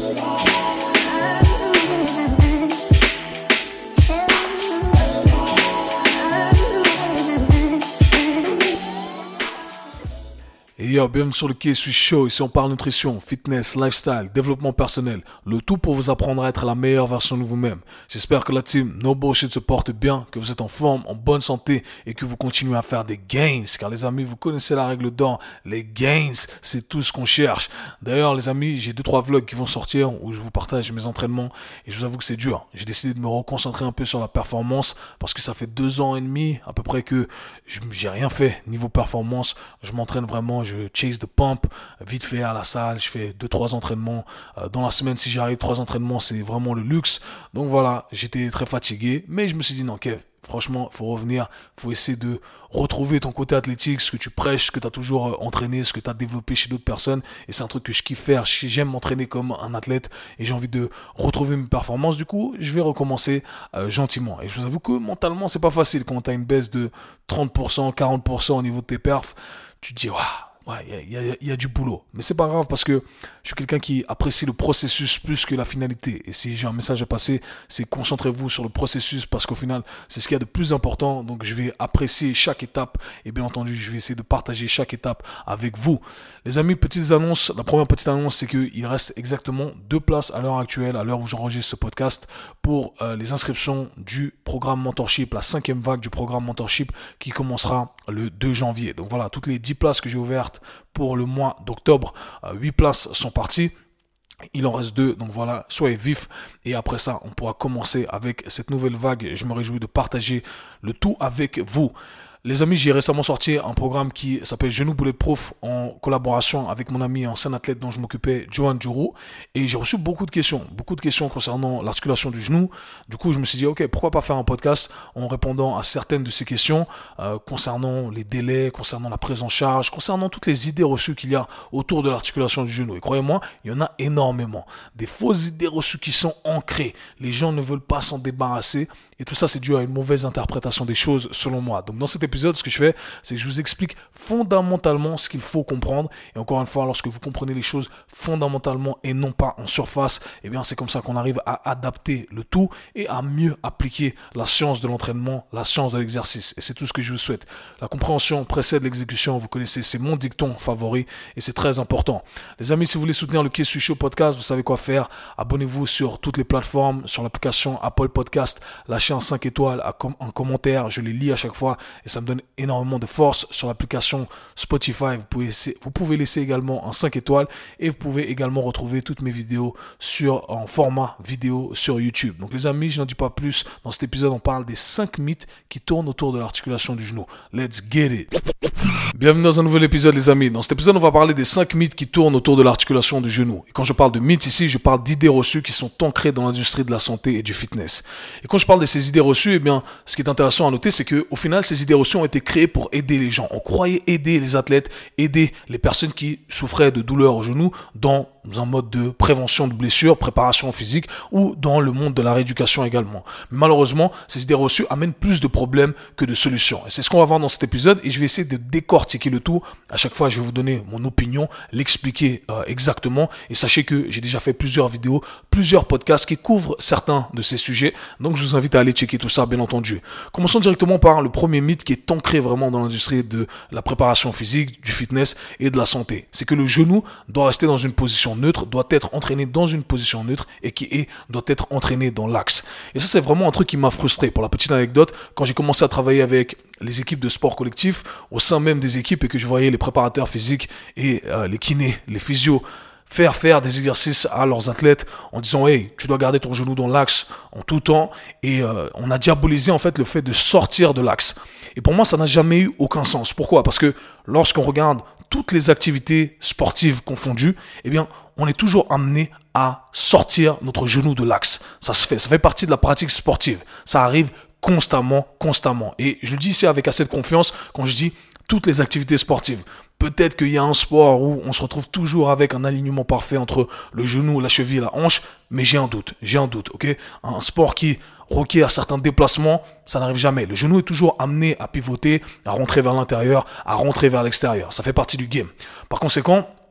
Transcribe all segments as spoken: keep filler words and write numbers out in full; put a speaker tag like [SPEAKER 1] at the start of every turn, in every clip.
[SPEAKER 1] Et yo, bienvenue sur le K-Swiss Show. Ici on parle nutrition, fitness, lifestyle, développement personnel. Le tout pour vous apprendre à être la meilleure version de vous-même. J'espère que la team No Bullshit se porte bien, que vous êtes en forme, en bonne santé et que vous continuez à faire des gains. Car les amis, vous connaissez la règle d'or. Les gains, c'est tout ce qu'on cherche. D'ailleurs les amis, j'ai deux trois vlogs qui vont sortir où je vous partage mes entraînements et je vous avoue que c'est dur. J'ai décidé de me reconcentrer un peu sur la performance parce que ça fait deux ans et demi à peu près que je, j'ai rien fait niveau performance. Je m'entraîne vraiment, je chase the pump, vite fait à la salle, je fais deux trois entraînements euh, dans la semaine. Si j'arrive trois entraînements, c'est vraiment le luxe. Donc voilà, j'étais très fatigué, mais je me suis dit non Kev, franchement, il faut revenir, il faut essayer de retrouver ton côté athlétique, ce que tu prêches, ce que tu as toujours euh, entraîné, ce que tu as développé chez d'autres personnes. Et c'est un truc que je kiffe faire. J'aime m'entraîner comme un athlète et j'ai envie de retrouver mes performances. Du coup, je vais recommencer euh, gentiment. Et je vous avoue que mentalement, c'est pas facile quand tu as une baisse de trente pour cent, quarante pour cent au niveau de tes perfs. Tu te dis, waouh. Ouais, il y, y, y a du boulot. Mais c'est pas grave parce que je suis quelqu'un qui apprécie le processus plus que la finalité. Et si j'ai un message à passer, c'est concentrez-vous sur le processus parce qu'au final, c'est ce qu'il y a de plus important. Donc je vais apprécier chaque étape et bien entendu, je vais essayer de partager chaque étape avec vous. Les amis, petites annonces. La première petite annonce, c'est qu'il reste exactement deux places à l'heure actuelle, à l'heure où j'enregistre ce podcast, pour euh, les inscriptions du programme Mentorship, la cinquième vague du programme Mentorship qui commencera le deux janvier. Donc voilà, toutes les dix places que j'ai ouvertes pour le mois d'octobre, euh, huit places sont parties. Il en reste deux, donc voilà, soyez vifs. Et après ça, on pourra commencer avec cette nouvelle vague. Je me réjouis de partager le tout avec vous. Les amis, j'ai récemment sorti un programme qui s'appelle Genou Bulletproof en collaboration avec mon ami ancien athlète dont je m'occupais, Johan Djourou. Et j'ai reçu beaucoup de questions, beaucoup de questions concernant l'articulation du genou. Du coup, je me suis dit, ok, pourquoi pas faire un podcast en répondant à certaines de ces questions euh, concernant les délais, concernant la prise en charge, concernant toutes les idées reçues qu'il y a autour de l'articulation du genou. Et croyez-moi, il y en a énormément. Des fausses idées reçues qui sont ancrées. Les gens ne veulent pas s'en débarrasser. Et tout ça, c'est dû à une mauvaise interprétation des choses, selon moi. Donc, dans cet épisode, ce que je fais, c'est que je vous explique fondamentalement ce qu'il faut comprendre. Et encore une fois, lorsque vous comprenez les choses fondamentalement et non pas en surface, eh bien, c'est comme ça qu'on arrive à adapter le tout et à mieux appliquer la science de l'entraînement, la science de l'exercice. Et c'est tout ce que je vous souhaite. La compréhension précède l'exécution. Vous connaissez, c'est mon dicton favori et c'est très important. Les amis, si vous voulez soutenir le K-Swiss Show Podcast, vous savez quoi faire. Abonnez-vous sur toutes les plateformes, sur l'application Apple Podcast, lâchez un cinq étoiles en commentaire, je les lis à chaque fois et ça me donne énormément de force. Sur l'application Spotify, vous pouvez, laisser, vous pouvez laisser également un cinq étoiles et vous pouvez également retrouver toutes mes vidéos sur, en format vidéo sur YouTube. Donc les amis, je n'en dis pas plus. Dans cet épisode, on parle des cinq mythes qui tournent autour de l'articulation du genou. Let's get it! Bienvenue dans un nouvel épisode les amis. Dans cet épisode, on va parler des cinq mythes qui tournent autour de l'articulation du genou. Et quand je parle de mythes ici, je parle d'idées reçues qui sont ancrées dans l'industrie de la santé et du fitness. Et quand je parle de ces idées reçues, eh bien, ce qui est intéressant à noter, c'est que au final, ces idées reçues ont été créées pour aider les gens. On croyait aider les athlètes, aider les personnes qui souffraient de douleurs au genou dans un mode de prévention de blessures, préparation physique ou dans le monde de la rééducation également. Mais malheureusement, ces idées reçues amènent plus de problèmes que de solutions. Et c'est ce qu'on va voir dans cet épisode et je vais essayer de décortiquer le tout. À chaque fois, je vais vous donner mon opinion, l'expliquer euh, exactement. Et sachez que j'ai déjà fait plusieurs vidéos, plusieurs podcasts qui couvrent certains de ces sujets. Donc, je vous invite à aller checker tout ça, bien entendu. Commençons directement par le premier mythe qui est ancré vraiment dans l'industrie de la préparation physique, du fitness et de la santé. C'est que le genou doit rester dans une position neutre, doit être entraîné dans une position neutre et qui est, doit être entraîné dans l'axe. Et ça, c'est vraiment un truc qui m'a frustré. Pour la petite anecdote, quand j'ai commencé à travailler avec les équipes de sport collectif, au sein même des équipes et que je voyais les préparateurs physiques et euh, les kinés, les physios, faire faire des exercices à leurs athlètes en disant hey, tu dois garder ton genou dans l'axe en tout temps et euh, on a diabolisé en fait le fait de sortir de l'axe. Et pour moi, ça n'a jamais eu aucun sens. Pourquoi ? Parce que lorsqu'on regarde toutes les activités sportives confondues, eh bien, on est toujours amené à sortir notre genou de l'axe. Ça se fait, ça fait partie de la pratique sportive. Ça arrive constamment, constamment. Et je le dis ici avec assez de confiance quand je dis toutes les activités sportives. Peut-être qu'il y a un sport où on se retrouve toujours avec un alignement parfait entre le genou, la cheville et la hanche, mais j'ai un doute, j'ai un doute, ok ? Un sport qui requiert certains déplacements, ça n'arrive jamais. Le genou est toujours amené à pivoter, à rentrer vers l'intérieur, à rentrer vers l'extérieur. Ça fait partie du game. Par conséquent,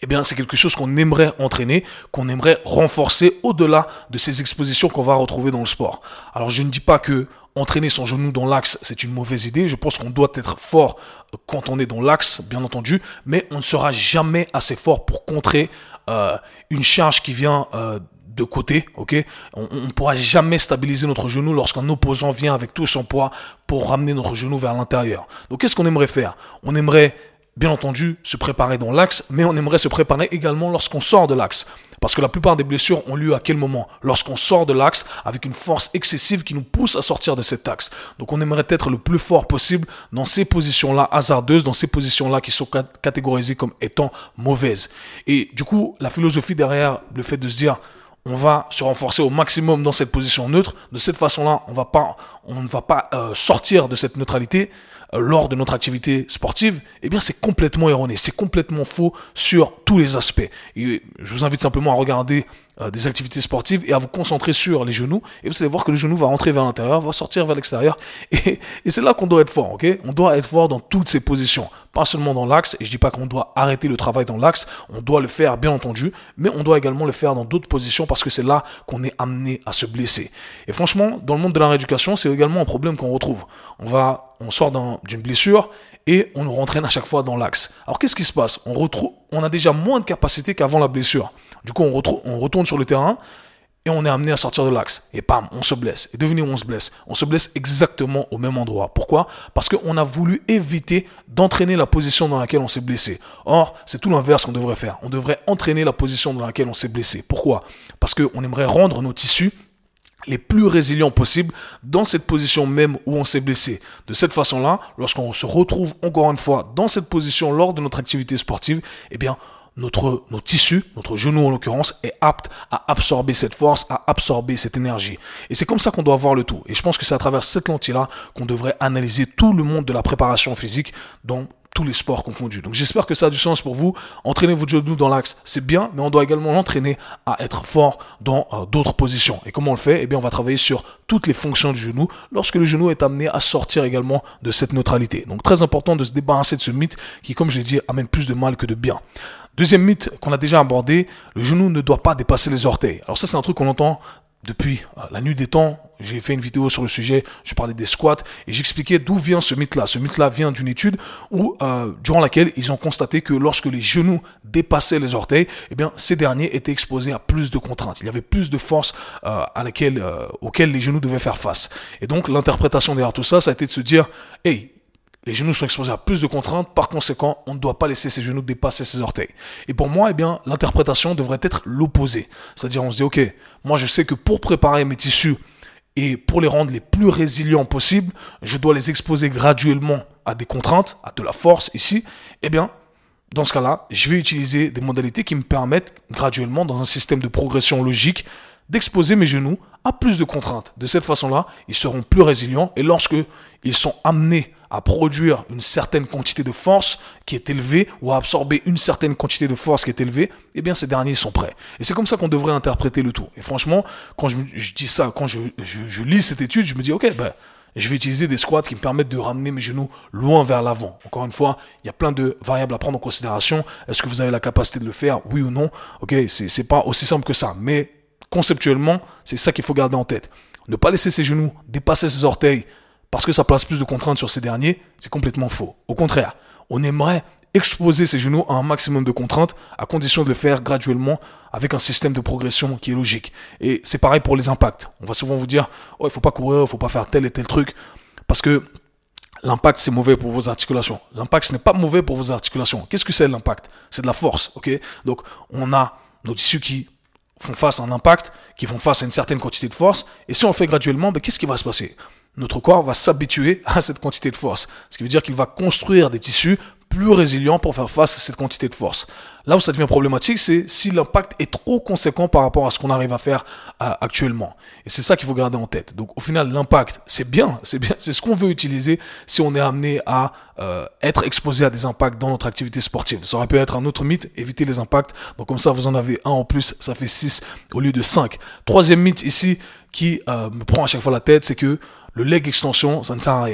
[SPEAKER 1] eh bien, c'est quelque chose qu'on aimerait entraîner, qu'on aimerait renforcer au-delà de ces expositions qu'on va retrouver dans le sport. Alors, je ne dis pas que entraîner son genou dans l'axe, c'est une mauvaise idée. Je pense qu'on doit être fort quand on est dans l'axe, bien entendu, mais on ne sera jamais assez fort pour contrer euh, une charge qui vient euh, de côté, ok. On ne pourra jamais stabiliser notre genou lorsqu'un opposant vient avec tout son poids pour ramener notre genou vers l'intérieur. Donc, qu'est-ce qu'on aimerait faire? On aimerait bien entendu se préparer dans l'axe, mais on aimerait se préparer également lorsqu'on sort de l'axe. Parce que la plupart des blessures ont lieu à quel moment? Lorsqu'on sort de l'axe avec une force excessive qui nous pousse à sortir de cet axe. Donc on aimerait être le plus fort possible dans ces positions-là hasardeuses, dans ces positions-là qui sont catégorisées comme étant mauvaises. Et du coup, la philosophie derrière le fait de se dire on va se renforcer au maximum dans cette position neutre. De cette façon-là, on va pas, on ne va pas euh, sortir de cette neutralité euh, lors de notre activité sportive. Eh bien, c'est complètement erroné, c'est complètement faux sur tous les aspects. Et je vous invite simplement à regarder euh, des activités sportives et à vous concentrer sur les genoux. Et vous allez voir que le genou va rentrer vers l'intérieur, va sortir vers l'extérieur. Et, et c'est là qu'on doit être fort, ok? On doit être fort dans toutes ces positions, pas seulement dans l'axe. Et je dis pas qu'on doit arrêter le travail dans l'axe. On doit le faire, bien entendu, mais on doit également le faire dans d'autres positions parce que c'est là qu'on est amené à se blesser. Et franchement, dans le monde de la rééducation, c'est également un problème qu'on retrouve. On va, on sort d'un, d'une blessure et on nous rentraîne à chaque fois dans l'axe. Alors qu'est-ce qui se passe? On retrouve, on a déjà moins de capacité qu'avant la blessure. Du coup, on, retrouve, on retourne sur le terrain et on est amené à sortir de l'axe. Et bam, on se blesse. Et devinez où on se blesse? On se blesse exactement au même endroit. Pourquoi? Parce qu'on a voulu éviter d'entraîner la position dans laquelle on s'est blessé. Or, c'est tout l'inverse qu'on devrait faire. On devrait entraîner la position dans laquelle on s'est blessé. Pourquoi? Parce qu'on aimerait rendre nos tissus les plus résilients possibles dans cette position même où on s'est blessé. De cette façon-là, lorsqu'on se retrouve encore une fois dans cette position lors de notre activité sportive, eh bien, Notre, nos tissus, notre genou en l'occurrence, est apte à absorber cette force, à absorber cette énergie. Et c'est comme ça qu'on doit voir le tout. Et je pense que c'est à travers cette lentille-là qu'on devrait analyser tout le monde de la préparation physique dans tous les sports confondus. Donc j'espère que ça a du sens pour vous. Entraîner votre genou dans l'axe, c'est bien, mais on doit également l'entraîner à être fort dans euh, d'autres positions. Et comment on le fait? Eh bien, on va travailler sur toutes les fonctions du genou lorsque le genou est amené à sortir également de cette neutralité. Donc très important de se débarrasser de ce mythe qui, comme je l'ai dit, amène plus de mal que de bien. Deuxième mythe qu'on a déjà abordé, le genou ne doit pas dépasser les orteils. Alors ça, c'est un truc qu'on entend depuis euh, la nuit des temps. J'ai fait une vidéo sur le sujet, je parlais des squats et j'expliquais d'où vient ce mythe-là. Ce mythe-là vient d'une étude où, euh, durant laquelle ils ont constaté que lorsque les genoux dépassaient les orteils, eh bien, ces derniers étaient exposés à plus de contraintes. Il y avait plus de force euh, à laquelle, euh, auxquelles les genoux devaient faire face. Et donc, l'interprétation derrière tout ça, ça a été de se dire, hey, les genoux sont exposés à plus de contraintes, par conséquent, on ne doit pas laisser ses genoux dépasser ses orteils. Et pour moi, eh bien, l'interprétation devrait être l'opposé. C'est-à-dire, on se dit, ok, moi je sais que pour préparer mes tissus et pour les rendre les plus résilients possibles, je dois les exposer graduellement à des contraintes, à de la force ici. Eh bien, dans ce cas-là, je vais utiliser des modalités qui me permettent graduellement, dans un système de progression logique, d'exposer mes genoux à plus de contraintes. De cette façon-là, ils seront plus résilients et lorsque ils sont amenés à produire une certaine quantité de force qui est élevée ou à absorber une certaine quantité de force qui est élevée, eh bien ces derniers sont prêts. Et c'est comme ça qu'on devrait interpréter le tout. Et franchement, quand je, je dis ça, quand je, je, je lis cette étude, je me dis ok, ben, je vais utiliser des squats qui me permettent de ramener mes genoux loin vers l'avant. Encore une fois, il y a plein de variables à prendre en considération. Est-ce que vous avez la capacité de le faire, oui ou non? Ok, c'est, c'est pas aussi simple que ça. Mais conceptuellement, c'est ça qu'il faut garder en tête. Ne pas laisser ses genoux dépasser ses orteils parce que ça place plus de contraintes sur ces derniers, c'est complètement faux. Au contraire, on aimerait exposer ses genoux à un maximum de contraintes à condition de le faire graduellement avec un système de progression qui est logique. Et c'est pareil pour les impacts. On va souvent vous dire, oh, il faut pas courir, il faut pas faire tel et tel truc parce que l'impact, c'est mauvais pour vos articulations. L'impact, ce n'est pas mauvais pour vos articulations. Qu'est-ce que c'est l'impact? C'est de la force, ok? Donc, on a nos tissus qui font face à un impact, qui font face à une certaine quantité de force. Et si on le fait graduellement, ben, qu'est-ce qui va se passer? Notre corps va s'habituer à cette quantité de force. Ce qui veut dire qu'il va construire des tissus plus résilients pour faire face à cette quantité de force. Là où ça devient problématique, c'est si l'impact est trop conséquent par rapport à ce qu'on arrive à faire euh, actuellement. Et c'est ça qu'il faut garder en tête. Donc au final, l'impact, c'est bien, c'est bien, c'est ce qu'on veut utiliser si on est amené à euh, être exposé à des impacts dans notre activité sportive. Ça aurait pu être un autre mythe, éviter les impacts. Donc comme ça, vous en avez un en plus, ça fait six au lieu de cinq. Troisième mythe ici qui euh, me prend à chaque fois la tête, c'est que le leg extension, ça ne sert à rien.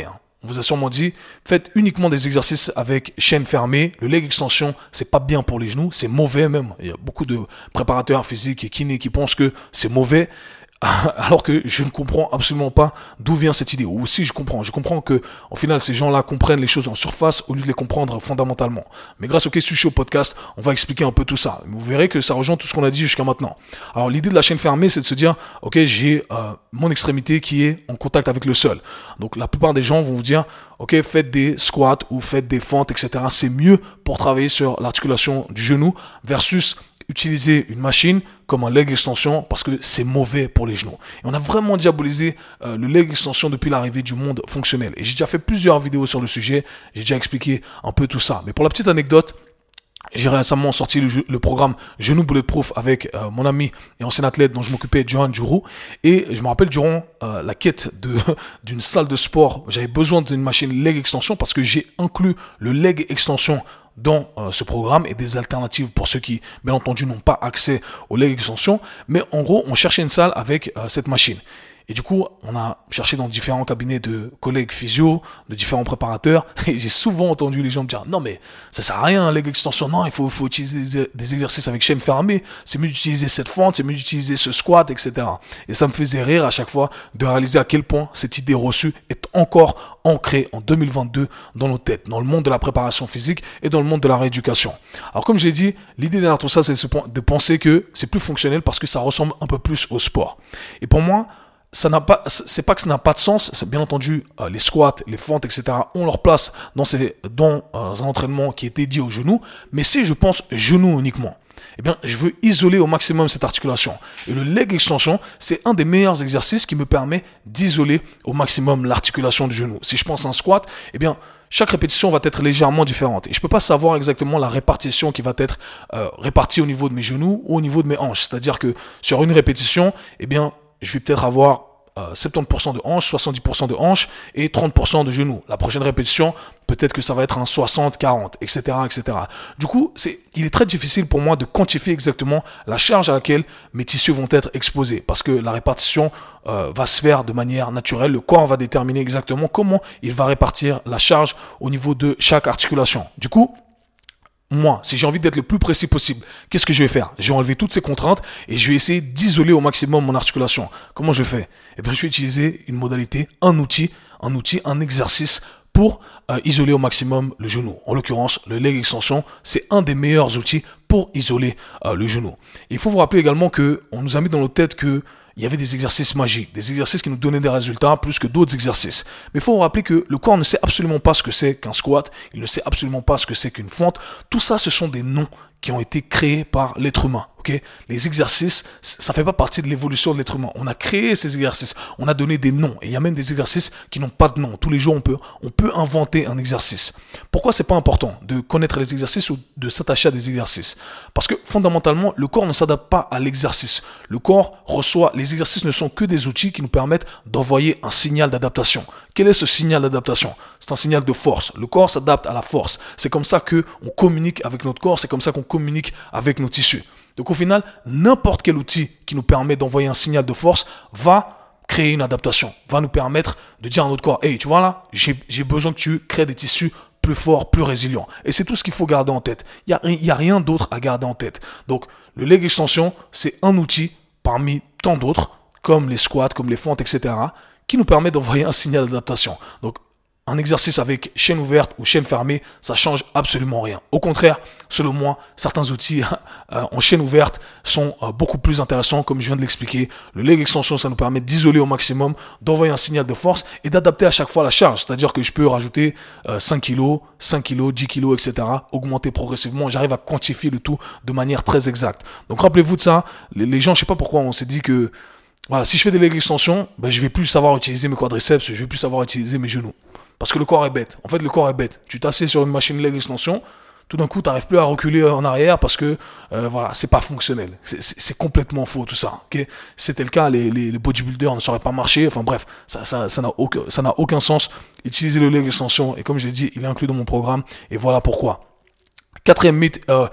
[SPEAKER 1] on vous a sûrement dit, faites uniquement des exercices avec chaîne fermée. Le leg extension, c'est pas bien pour les genoux, c'est mauvais même. Il y a beaucoup de préparateurs physiques et kinés qui pensent que c'est mauvais. Alors que je ne comprends absolument pas d'où vient cette idée. Ou si je comprends, je comprends que au final ces gens-là comprennent les choses en surface au lieu de les comprendre fondamentalement. Mais grâce au Kesu Show podcast, on va expliquer un peu tout ça. Vous verrez que ça rejoint tout ce qu'on a dit jusqu'à maintenant. Alors l'idée de la chaîne fermée, c'est de se dire, ok, j'ai euh, mon extrémité qui est en contact avec le sol. Donc la plupart des gens vont vous dire, ok, faites des squats ou faites des fentes, et cetera. C'est mieux pour travailler sur l'articulation du genou versus utiliser une machine comme un leg extension parce que c'est mauvais pour les genoux. Et on a vraiment diabolisé euh, le leg extension depuis l'arrivée du monde fonctionnel. Et j'ai déjà fait plusieurs vidéos sur le sujet, j'ai déjà expliqué un peu tout ça. Mais pour la petite anecdote, j'ai récemment sorti le, le programme Genou Bulletproof avec euh, mon ami et ancien athlète dont je m'occupais, Johan Djourou. Et je me rappelle durant euh, la quête de d'une salle de sport, j'avais besoin d'une machine leg extension parce que j'ai inclus le leg extension dans euh, ce programme et des alternatives pour ceux qui, bien entendu, n'ont pas accès au leg extension. Mais en gros, on cherchait une salle avec euh, cette machine. Et du coup, on a cherché dans différents cabinets de collègues physio, de différents préparateurs, et j'ai souvent entendu les gens me dire « Non mais ça sert à rien, un leg extension, non, il faut, faut utiliser des exercices avec chaîne fermée, c'est mieux d'utiliser cette fente, c'est mieux d'utiliser ce squat, et cetera » Et ça me faisait rire à chaque fois de réaliser à quel point cette idée reçue est encore ancrée en deux mille vingt-deux dans nos têtes, dans le monde de la préparation physique et dans le monde de la rééducation. Alors comme je l'ai dit, l'idée derrière tout ça, c'est de penser que c'est plus fonctionnel parce que ça ressemble un peu plus au sport. Et pour moi, ça n'a pas, c'est pas que ça n'a pas de sens. C'est bien entendu, euh, les squats, les fentes, et cetera ont leur place dans ces, dans euh, un entraînement qui est dédié au genou. Mais si je pense genou uniquement, eh bien, je veux isoler au maximum cette articulation. Et le leg extension, c'est un des meilleurs exercices qui me permet d'isoler au maximum l'articulation du genou. Si je pense à un squat, eh bien, chaque répétition va être légèrement différente. Et je peux pas savoir exactement la répartition qui va être euh, répartie au niveau de mes genoux ou au niveau de mes hanches. C'est-à-dire que sur une répétition, eh bien, je vais peut-être avoir euh, soixante-dix pour cent de hanches, soixante-dix pour cent de hanches et trente pour cent de genoux. La prochaine répétition, peut-être que ça va être un soixante quarante, et cetera, et cetera. Du coup, c'est, il est très difficile pour moi de quantifier exactement la charge à laquelle mes tissus vont être exposés parce que la répartition euh, va se faire de manière naturelle. Le corps va déterminer exactement comment il va répartir la charge au niveau de chaque articulation. Du coup, moi, si j'ai envie d'être le plus précis possible, qu'est-ce que je vais faire? Je vais enlever toutes ces contraintes et je vais essayer d'isoler au maximum mon articulation. Comment je le fais? Eh bien, je vais utiliser une modalité, un outil, un outil, un exercice pour euh, isoler au maximum le genou. En l'occurrence, le leg extension, c'est un des meilleurs outils pour isoler euh, le genou. Et il faut vous rappeler également que on nous a mis dans nos têtes que il y avait des exercices magiques, des exercices qui nous donnaient des résultats plus que d'autres exercices. Mais il faut vous rappeler que le corps ne sait absolument pas ce que c'est qu'un squat, il ne sait absolument pas ce que c'est qu'une fente. Tout ça, ce sont des noms qui ont été créés par l'être humain. Okay? Les exercices, ça fait pas partie de l'évolution de l'être humain. On a créé ces exercices, on a donné des noms. Et il y a même des exercices qui n'ont pas de nom. Tous les jours, on peut, on peut inventer un exercice. Pourquoi c'est pas important de connaître les exercices ou de s'attacher à des exercices? Parce que fondamentalement, le corps ne s'adapte pas à l'exercice. Le corps reçoit, les exercices ne sont que des outils qui nous permettent d'envoyer un signal d'adaptation. Quel est ce signal d'adaptation? C'est un signal de force. Le corps s'adapte à la force. C'est comme ça que on communique avec notre corps, c'est comme ça qu'on communique avec nos tissus. Donc au final, n'importe quel outil qui nous permet d'envoyer un signal de force va créer une adaptation, va nous permettre de dire à notre corps, hey, tu vois là, j'ai, j'ai besoin que tu crées des tissus plus forts, plus résilients. Et c'est tout ce qu'il faut garder en tête. Il n'y a, y a rien d'autre à garder en tête. Donc le leg extension, c'est un outil parmi tant d'autres, comme les squats, comme les fentes, et cetera, qui nous permet d'envoyer un signal d'adaptation. Donc un exercice avec chaîne ouverte ou chaîne fermée, ça change absolument rien. Au contraire, selon moi, certains outils euh, en chaîne ouverte sont euh, beaucoup plus intéressants, comme je viens de l'expliquer. Le leg extension, ça nous permet d'isoler au maximum, d'envoyer un signal de force et d'adapter à chaque fois la charge. C'est-à-dire que je peux rajouter euh, cinq kilos, cinq kilos, dix kilos, et cetera, augmenter progressivement. J'arrive à quantifier le tout de manière très exacte. Donc rappelez-vous de ça. Les, les gens, je sais pas pourquoi on s'est dit que voilà, si je fais des leg extensions, ben, je vais plus savoir utiliser mes quadriceps, je vais plus savoir utiliser mes genoux. Parce que le corps est bête. En fait, le corps est bête. Tu t'assieds sur une machine leg extension, tout d'un coup, tu n'arrives plus à reculer en arrière parce que, euh, voilà, c'est pas fonctionnel. C'est, c'est, c'est complètement faux, tout ça. Okay, si c'était le cas, les, les, les bodybuilders ne sauraient pas marcher. Enfin bref, ça, ça, ça n'a aucun, ça n'a aucun sens. Utiliser le leg extension, et comme je l'ai dit, il est inclus dans mon programme, et voilà pourquoi. Quatrième mythe, euh,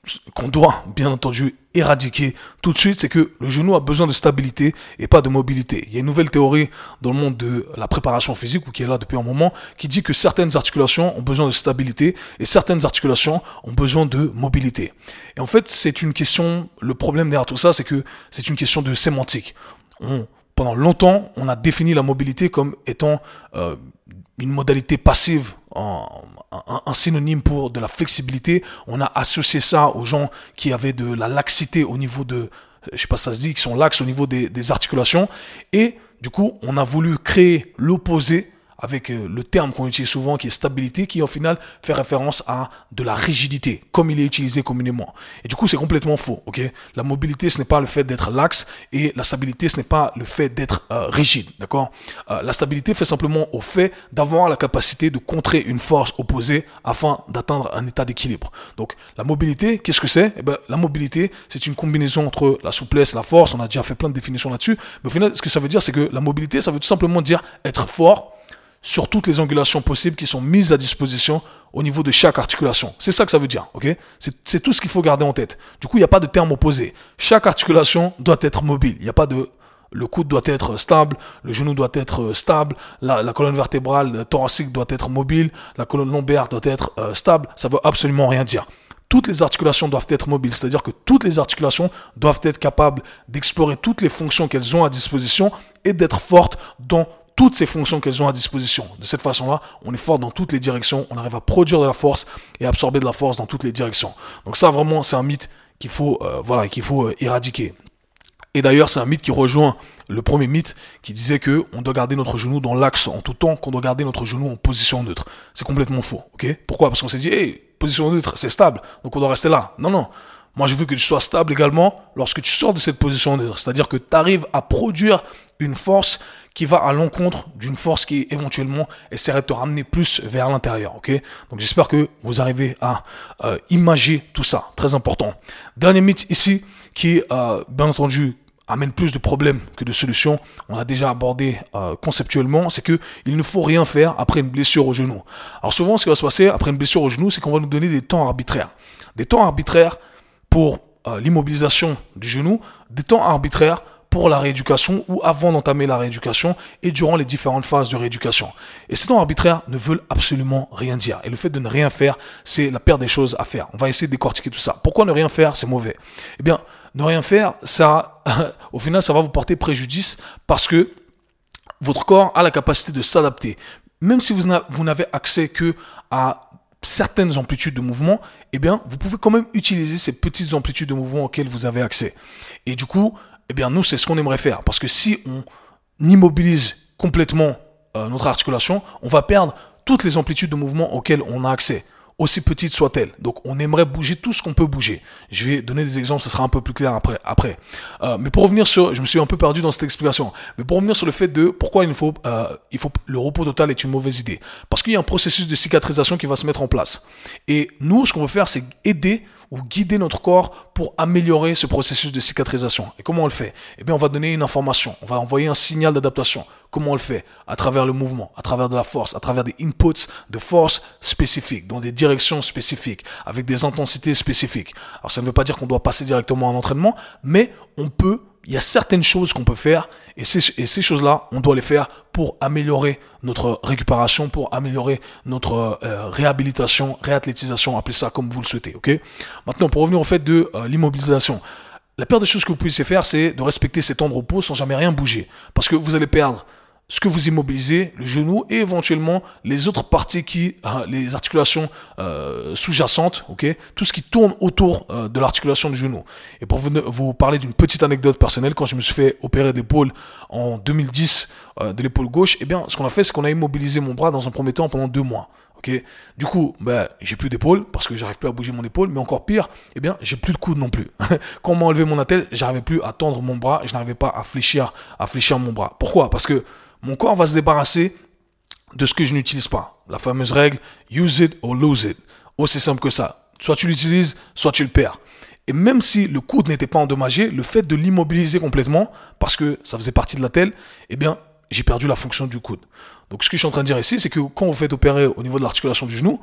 [SPEAKER 1] qu'on doit bien entendu éradiquer tout de suite, c'est que le genou a besoin de stabilité et pas de mobilité. Il y a une nouvelle théorie dans le monde de la préparation physique, ou qui est là depuis un moment, qui dit que certaines articulations ont besoin de stabilité et certaines articulations ont besoin de mobilité. Et en fait, c'est une question, le problème derrière tout ça, c'est que c'est une question de sémantique. On, pendant longtemps, on a défini la mobilité comme étant euh, une modalité passive, un, un, un synonyme pour de la flexibilité. On a associé ça aux gens qui avaient de la laxité au niveau de, je sais pas si ça se dit, qui sont laxes au niveau des, des articulations. Et du coup, on a voulu créer l'opposé avec le terme qu'on utilise souvent, qui est stabilité, qui au final fait référence à de la rigidité, comme il est utilisé communément. Et du coup, c'est complètement faux, ok? La mobilité, ce n'est pas le fait d'être laxe, et la stabilité, ce n'est pas le fait d'être euh, rigide, d'accord? euh, La stabilité fait simplement au fait d'avoir la capacité de contrer une force opposée afin d'atteindre un état d'équilibre. Donc, la mobilité, qu'est-ce que c'est? Eh ben, la mobilité, c'est une combinaison entre la souplesse et la force. On a déjà fait plein de définitions là-dessus. Mais au final, ce que ça veut dire, c'est que la mobilité, ça veut tout simplement dire être fort sur toutes les angulations possibles qui sont mises à disposition au niveau de chaque articulation. C'est ça que ça veut dire, ok? C'est, c'est tout ce qu'il faut garder en tête. Du coup, il n'y a pas de terme opposé. Chaque articulation doit être mobile. Il n'y a pas de... Le coude doit être stable, le genou doit être stable, la, la colonne vertébrale thoracique doit être mobile, la colonne lombaire doit être euh, stable. Ça veut absolument rien dire. Toutes les articulations doivent être mobiles, c'est-à-dire que toutes les articulations doivent être capables d'explorer toutes les fonctions qu'elles ont à disposition et d'être fortes dans toutes ces fonctions qu'elles ont à disposition. De cette façon-là, on est fort dans toutes les directions, on arrive à produire de la force et absorber de la force dans toutes les directions. Donc ça, vraiment, c'est un mythe qu'il faut, euh, voilà, qu'il faut euh, éradiquer. Et d'ailleurs, c'est un mythe qui rejoint le premier mythe qui disait que on doit garder notre genou dans l'axe en tout temps, qu'on doit garder notre genou en position neutre. C'est complètement faux, ok? Pourquoi? Parce qu'on s'est dit, hey, position neutre, c'est stable, donc on doit rester là. Non, non. Moi, je veux que tu sois stable également lorsque tu sors de cette position neutre. C'est-à-dire que tu arrives à produire une force qui va à l'encontre d'une force qui éventuellement essaierait de te ramener plus vers l'intérieur, ok? Donc j'espère que vous arrivez à euh, imager tout ça, très important. Dernier mythe ici qui, euh, bien entendu, amène plus de problèmes que de solutions. On a déjà abordé euh, conceptuellement, c'est que il ne faut rien faire après une blessure au genou. Alors souvent, ce qui va se passer après une blessure au genou, c'est qu'on va nous donner des temps arbitraires, des temps arbitraires pour euh, l'immobilisation du genou, des temps arbitraires pour la rééducation ou avant d'entamer la rééducation et durant les différentes phases de rééducation. Et ces temps arbitraires ne veulent absolument rien dire. Et le fait de ne rien faire, c'est la pire des choses à faire. On va essayer de décortiquer tout ça. Pourquoi ne rien faire, c'est mauvais? Eh bien, ne rien faire, ça, au final, ça va vous porter préjudice parce que votre corps a la capacité de s'adapter. Même si vous, n'a, vous n'avez accès que à certaines amplitudes de mouvement, eh bien, vous pouvez quand même utiliser ces petites amplitudes de mouvement auxquelles vous avez accès. Et du coup, eh bien, nous, c'est ce qu'on aimerait faire. Parce que si on immobilise complètement euh, notre articulation, on va perdre toutes les amplitudes de mouvement auxquelles on a accès, aussi petites soient-elles. Donc, on aimerait bouger tout ce qu'on peut bouger. Je vais donner des exemples, ça sera un peu plus clair après. après. Euh, mais pour revenir sur... Je me suis un peu perdu dans cette explication. Mais pour revenir sur le fait de pourquoi il faut, euh, il faut le repos total est une mauvaise idée. Parce qu'il y a un processus de cicatrisation qui va se mettre en place. Et nous, ce qu'on veut faire, c'est aider ou guider notre corps pour améliorer ce processus de cicatrisation. Et comment on le fait? Eh bien, on va donner une information, on va envoyer un signal d'adaptation. Comment on le fait? À travers le mouvement, à travers de la force, à travers des inputs de force spécifiques, dans des directions spécifiques, avec des intensités spécifiques. Alors, ça ne veut pas dire qu'on doit passer directement à l'entraînement, mais on peut, il y a certaines choses qu'on peut faire, et ces, et ces choses-là, on doit les faire pour améliorer notre récupération, pour améliorer notre euh, réhabilitation, réathlétisation, appelez ça comme vous le souhaitez, ok? Maintenant, pour revenir au fait de euh, l'immobilisation, la pire des choses que vous puissiez faire, c'est de respecter ces temps de repos sans jamais rien bouger, parce que vous allez perdre ce que vous immobilisez, le genou et éventuellement les autres parties qui, euh, les articulations euh, sous-jacentes, ok, tout ce qui tourne autour euh, de l'articulation du genou. Et pour vous, vous parler d'une petite anecdote personnelle, quand je me suis fait opérer d'épaule en deux mille dix euh, de l'épaule gauche, eh bien, ce qu'on a fait, c'est qu'on a immobilisé mon bras dans un premier temps pendant deux mois. Okay. Du coup, ben, j'ai plus d'épaule parce que j'arrive plus à bouger mon épaule, mais encore pire, eh bien, j'ai plus de coude non plus. Quand on m'a enlevé mon attelle, j'arrivais plus à tendre mon bras, je n'arrivais pas à fléchir, à fléchir mon bras. Pourquoi? Parce que mon corps va se débarrasser de ce que je n'utilise pas. La fameuse règle, use it or lose it. Aussi simple que ça. Soit tu l'utilises, soit tu le perds. Et même si le coude n'était pas endommagé, le fait de l'immobiliser complètement, parce que ça faisait partie de l'attelle, eh bien, j'ai perdu la fonction du coude. Donc, ce que je suis en train de dire ici, c'est que quand vous faites opérer au niveau de l'articulation du genou,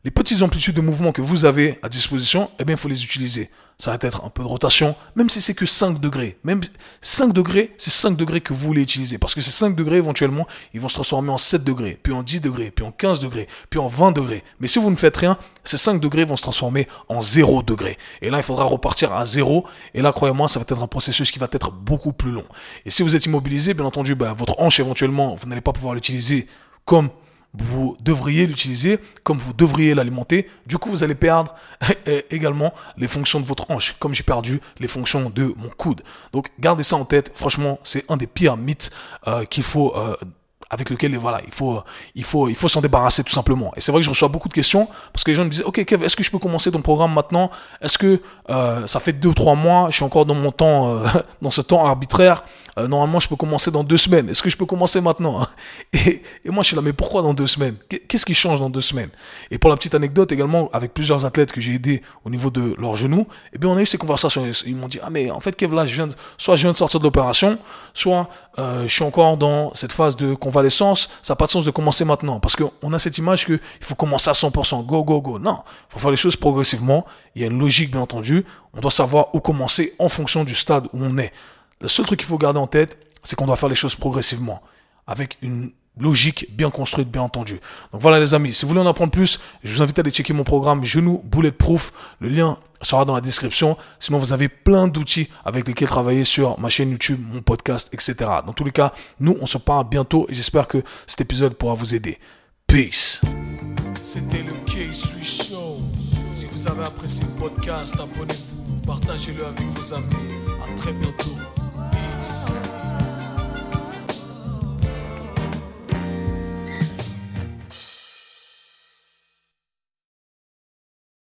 [SPEAKER 1] les petites amplitudes de mouvement que vous avez à disposition, eh bien, il faut les utiliser. Ça va être un peu de rotation, même si c'est que cinq degrés. Même cinq degrés, c'est cinq degrés que vous voulez utiliser. Parce que ces cinq degrés, éventuellement, ils vont se transformer en sept degrés, puis en dix degrés, puis en quinze degrés, puis en vingt degrés. Mais si vous ne faites rien, ces cinq degrés vont se transformer en zéro degré. Et là, il faudra repartir à zéro. Et là, croyez-moi, ça va être un processus qui va être beaucoup plus long. Et si vous êtes immobilisé, bien entendu, bah, votre hanche, éventuellement, vous n'allez pas pouvoir l'utiliser comme vous devriez l'utiliser, comme vous devriez l'alimenter. Du coup, vous allez perdre également les fonctions de votre hanche, comme j'ai perdu les fonctions de mon coude. Donc, gardez ça en tête. Franchement, c'est un des pires mythes euh, qu'il faut... Euh, avec lequel voilà, il faut, il faut, il faut s'en débarrasser tout simplement. Et c'est vrai que je reçois beaucoup de questions parce que les gens me disent, ok Kev, est-ce que je peux commencer ton programme maintenant? Est-ce que euh, ça fait deux ou trois mois, je suis encore dans mon temps, euh, dans ce temps arbitraire. Euh, normalement, je peux commencer dans deux semaines. Est-ce que je peux commencer maintenant? et, et moi, je suis là, mais pourquoi dans deux semaines? Qu'est-ce qui change dans deux semaines? Et pour la petite anecdote également, avec plusieurs athlètes que j'ai aidés au niveau de leurs genoux, eh bien, on a eu ces conversations. Ils m'ont dit, ah mais en fait Kev, là, je viens de, soit je viens de sortir de l'opération, soit euh, je suis encore dans cette phase de convalescence, ça n'a pas de sens de commencer maintenant. Parce qu'on a cette image qu'il faut commencer à cent pour cent, go, go, go. Non, il faut faire les choses progressivement. Il y a une logique, bien entendu. On doit savoir où commencer en fonction du stade où on est. Le seul truc qu'il faut garder en tête, c'est qu'on doit faire les choses progressivement, avec une logique bien construite, bien entendu. Donc voilà les amis, si vous voulez en apprendre plus, je vous invite à aller checker mon programme Genou Bulletproof. Le lien sera dans la description. Sinon, vous avez plein d'outils avec lesquels travailler sur ma chaîne YouTube, mon podcast, et cetera. Dans tous les cas, nous, on se parle bientôt et j'espère que cet épisode pourra vous aider. Peace. C'était le K-Swiss Show. Si vous avez apprécié le podcast, abonnez-vous, partagez-le avec vos amis. À très bientôt. Peace.